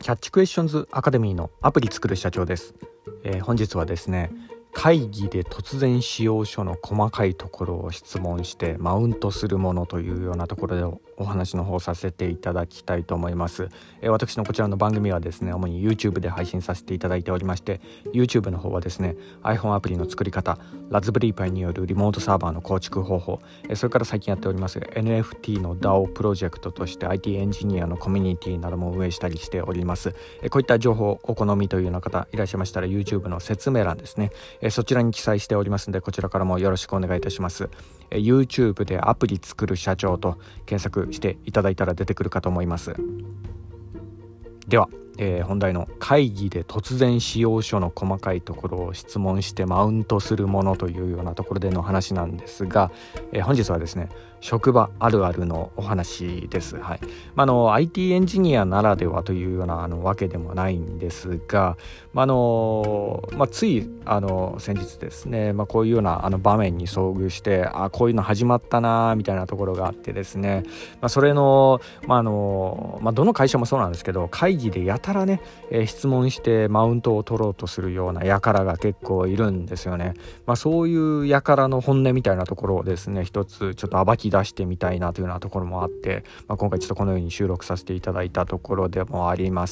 キャッチクエスチョンズアカデミーのアプリ作る社長です。本日はですね、会議で突然仕様書の細かいところを質問してマウントするものというようなところでお話の方させていただきたいと思います。私のこちらの番組はですね、主に YouTube で配信させていただいておりまして、 YouTube の方はですね iPhone アプリの作り方、ラズベリーパイによるリモートサーバーの構築方法、それから最近やっております NFT の DAO プロジェクトとして IT エンジニアのコミュニティなども運営したりしております。こういった情報お好みというような方いらっしゃいましたら YouTube の説明欄ですね、そちらに記載しておりますので、こちらからもよろしくお願いいたします。YouTube でアプリ作る社長と検索していただいたら出てくるかと思います。では、本題の会議で突然仕様書の細かいところを質問してマウントするものというようなところでの話なんですが、本日はですね職場あるあるのお話です。IT エンジニアならではというようなわけでもないんですが、つい先日ですね、こういうような場面に遭遇して、こういうの始まったなみたいなところがあってですね、それの、どの会社もそうなんですけど、会議でやたらね、質問してマウントを取ろうとするような輩が結構いるんですよね。そういう輩の本音みたいなところをですね、一つちょっと暴き出してみたいなというようなところもあって、今回ちょっとこのように収録させていただいたところでもあります。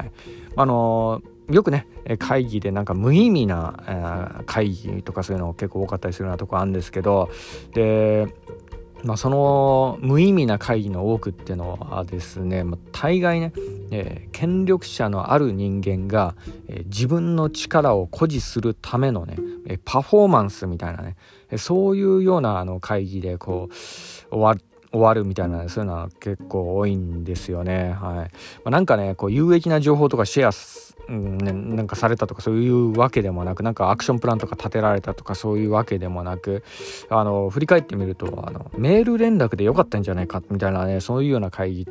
よくね会議でなんか無意味な会議とかそういうの結構多かったりするようなところあるんですけど、でその無意味な会議の多くっていうのはですね、大概ね、権力者のある人間が、自分の力を誇示するためのね、パフォーマンスみたいなね、そういうような会議でこう終わるみたいな、そういうのは結構多いんですよね。なんかねこう有益な情報とかシェアなんかされたとかそういうわけでもなく、なんかアクションプランとか立てられたとかそういうわけでもなく、振り返ってみるとメール連絡でよかったんじゃないかみたいなね、そういうような会議って、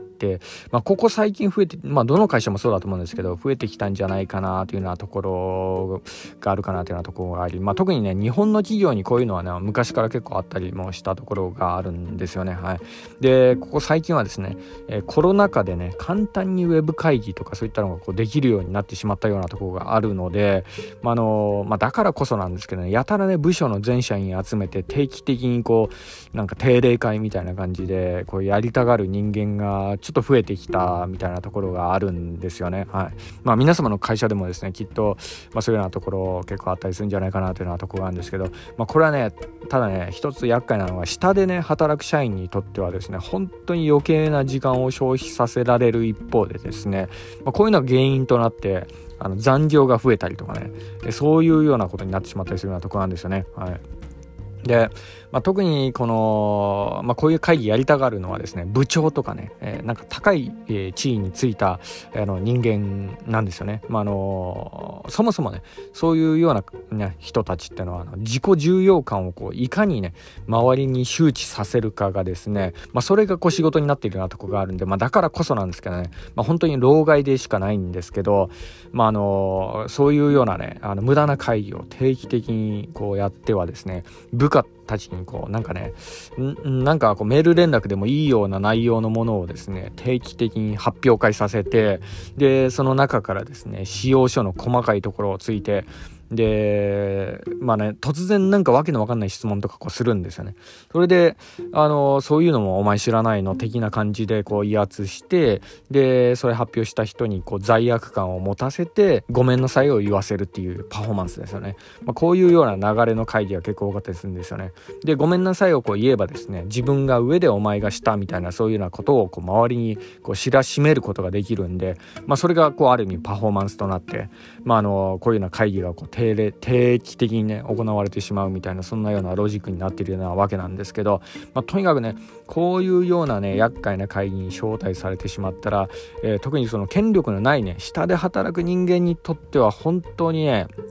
ここ最近増えて、どの会社もそうだと思うんですけど増えてきたんじゃないかなというようなところがあるかなというようなところがあり、特にね日本の企業にこういうのはね昔から結構あったりもしたところがあるんですよね。でここ最近はですね、コロナ禍でね簡単にウェブ会議とかそういったのがこうできるようになってしまったようなところがあるので、だからこそなんですけどね、やたらね部署の全社員集めて定期的にこうなんか定例会みたいな感じでこうやりたがる人間がちょっと増えてきたみたいなところがあるんですよね。皆様の会社でもですねきっと、そういうようなところ結構あったりするんじゃないかなというようなところがあるんですけど、これはねただね一つ厄介なのは下でね働く社員にとってはですね本当に余計な時間を消費させられる一方でですね、こういうのが原因となって残業が増えたりとかね、そういうようなことになってしまったりするようなところなんですよね。で、特にこの、こういう会議やりたがるのはですね部長とかね、なんか高い、地位についた人間なんですよね。そもそもねそういうような、人たちってのは自己重要感をこういかにね周りに周知させるかがですね、それがこう仕事になっているようなところがあるんで、だからこそなんですけどね、本当に老害でしかないんですけど、そういうようなね無駄な会議を定期的にこうやってはですね、部下たちにこうなんかねなんかこうメール連絡でもいいような内容のものをですね定期的に発表会させて、でその中からですね仕様書の細かいところをついて、で突然なんかわけのわかんない質問とかこうするんですよね。それでそういうのもお前知らないの的な感じでこう威圧して、でそれ発表した人にこう罪悪感を持たせてごめんなさいを言わせるっていうパフォーマンスですよね。こういうような流れの会議が結構多かったりするんですよね。でごめんなさいをこう言えばですね、自分が上でお前が下みたいなそういうようなことをこう周りにこう知らしめることができるんで、それがこうある意味パフォーマンスとなって、こういうような会議がこう定期的にね行われてしまうみたいな、そんなようなロジックになっているようなわけなんですけど、とにかくねこういうようなね厄介な会議に招待されてしまったら、特にその権力のないね下で働く人間にとっては本当にね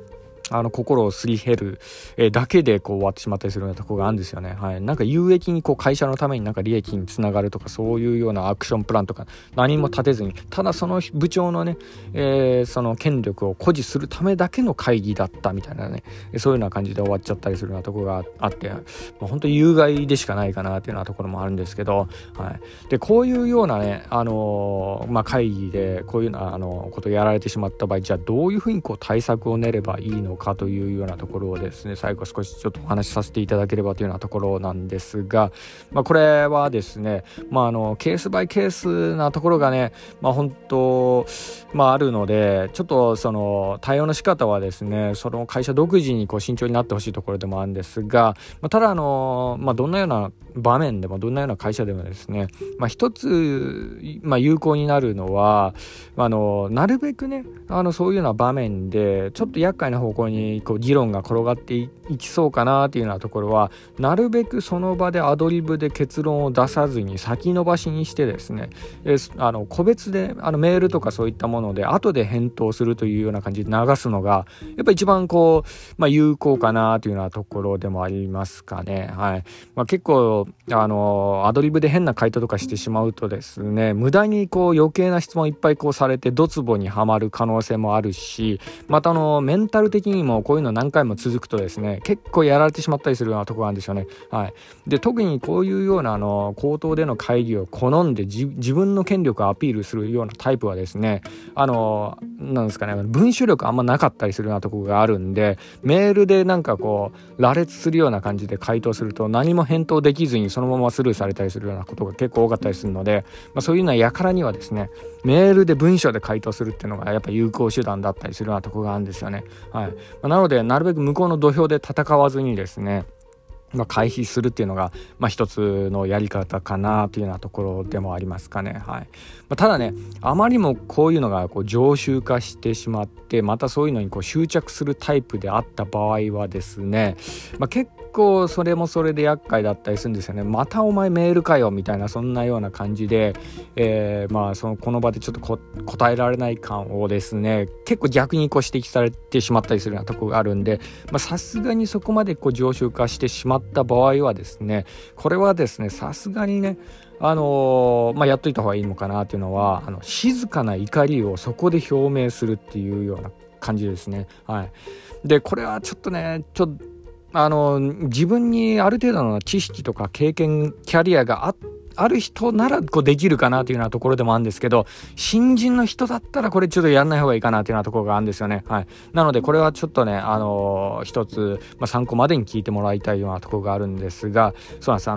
心をすり減る、だけでこう終わってしまったりするようなところがあるんですよね。はい、なんか有益にこう会社のためになんか利益につながるとか、そういうようなアクションプランとか何も立てずに、ただその部長のね、その権力を誇示するためだけの会議だったみたいなね、そういうような感じで終わっちゃったりするようなところがあって、本当に有害でしかないかなっていうようなところもあるんですけど、はい、でこういうようなね、会議でこういうようなことをやられてしまった場合、じゃあどういうふうにこう対策を練ればいいのかというようなところをですね、最後少しちょっとお話しさせていただければというようなところなんですが、これはですね、ケースバイケースなところがね、本当あるので、ちょっとその対応の仕方はですね、その会社独自にこう慎重になってほしいところでもあるんですが、ただどんなような場面でもどんなような会社でもですね、一つ、有効になるのはなるべくねそういうような場面でちょっと厄介な方向にこう議論が転がっていきそうかなっていうようなところは、なるべくその場でアドリブで結論を出さずに先延ばしにしてですね、個別でメールとかそういったもので後で返答するというような感じで流すのがやっぱ一番こう、有効かなというようなところでもありますかね。はい。結構アドリブで変な回答とかしてしまうとですね、無駄にこう余計な質問いっぱいこうされてドツボにはまる可能性もあるし、またメンタル的にもこういうの何回も続くとですね、結構やられてしまったりするようなところなんですよね。はい。で特にこういうような口頭での会議を好んで自分の権力をアピールするようなタイプはですね、なんですかね、文章力あんまなかったりするようなところがあるんで、メールでなんかこう羅列するような感じで回答すると何も返答できずにそのままスルーされたりするようなことが結構多かったりするので、そういうのはやからにはですね、メールで文章で回答するっていうのがやっぱ有効手段だったりするようなところがあるんですよね。はい。なのでなるべく向こうの土俵で戦わずにですね、回避するっていうのが、一つのやり方かなというようなところでもありますかね。はい。ただね、あまりもこういうのがこう常習化してしまって、またそういうのにこう執着するタイプであった場合はですね、結構それもそれで厄介だったりするんですよね。またお前メールかよみたいな、そんなような感じで、この場でちょっと答えられない感をですね、結構逆にこう指摘されてしまったりするようなところがあるんで、さすがにそこまでこう常習化してしまった場合はですね、これはですね、さすがにねやっといた方がいいのかなっていうのは、静かな怒りをそこで表明するっていうような感じですね。はい。でこれはちょっと自分にある程度の知識とか経験キャリアがある人ならこうできるかなというようなところでもあるんですけど、新人の人だったらこれちょっとやんない方がいいかなというようなところがあるんですよね。はい。なのでこれはちょっとね一つ、参考までに聞いてもらいたいようなところがあるんですが、そうなんです。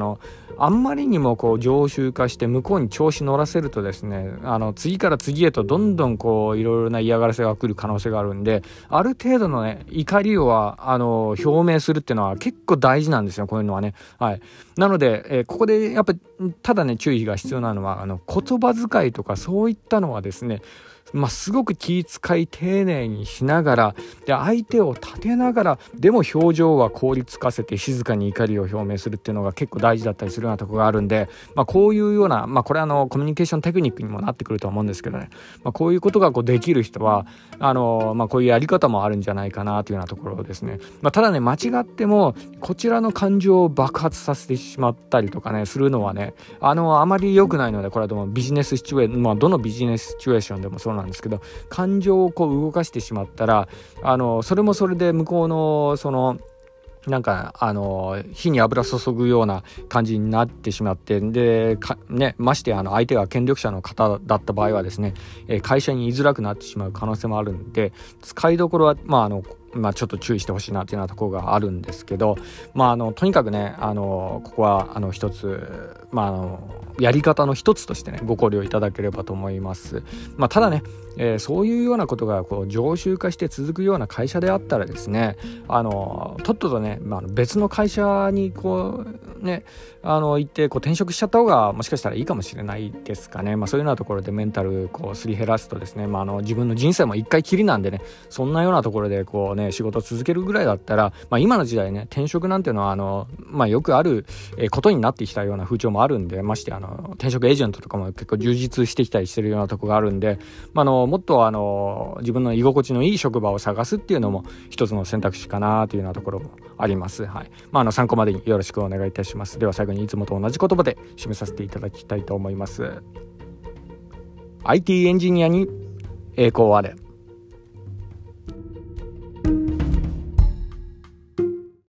あんまりにもこう常習化して向こうに調子乗らせるとですね、次から次へとどんどんこういろいろな嫌がらせが来る可能性があるんで、ある程度のね怒りを表明するっていうのは結構大事なんですよ、こういうのはね。はい。なので、ここでやっぱりただね注意が必要なのは言葉遣いとかそういったのはですね、すごく気遣い丁寧にしながら、で相手を立てながら、でも表情は凍りつかせて静かに怒りを表明するっていうのが結構大事だったりするようなところがあるんで、こういうような、これコミュニケーションテクニックにもなってくると思うんですけどね、こういうことがこうできる人はこういうやり方もあるんじゃないかなというようなところですね。ただね、間違ってもこちらの感情を爆発させてしまったりとかねするのはね、あまり良くないので、これはでもビジネスシチュエーション、どのビジネスシチュエーションでもそうなんですけど、感情をこう動かしてしまったらそれもそれで向こうのそのなんか火に油注ぐような感じになってしまって、でまして相手が権力者の方だった場合はですね、会社に居づらくなってしまう可能性もあるんで、使いどころはちょっと注意してほしいなというようなところがあるんですけど、とにかくねここは一つやり方の一つとしてねご考慮いただければと思います。ただね、そういうようなことがこう常習化して続くような会社であったらですね、とっととね、別の会社にこうね行ってこう転職しちゃった方がもしかしたらいいかもしれないですかね。そういうようなところでメンタルこうすり減らすとですね、自分の人生も一回きりなんでね、そんなようなところでこうね仕事を続けるぐらいだったら、今の時代ね転職なんていうのはよくあることになってきたような風潮もあるんで、まして転職エージェントとかも結構充実してきたりしてるようなとこがあるんで、もっと自分の居心地のいい職場を探すっていうのも一つの選択肢かなというようなところもあります。はい。参考までによろしくお願いいたします。では最後にいつもと同じ言葉で締めさせていただきたいと思います。IT エンジニアに栄光あれ。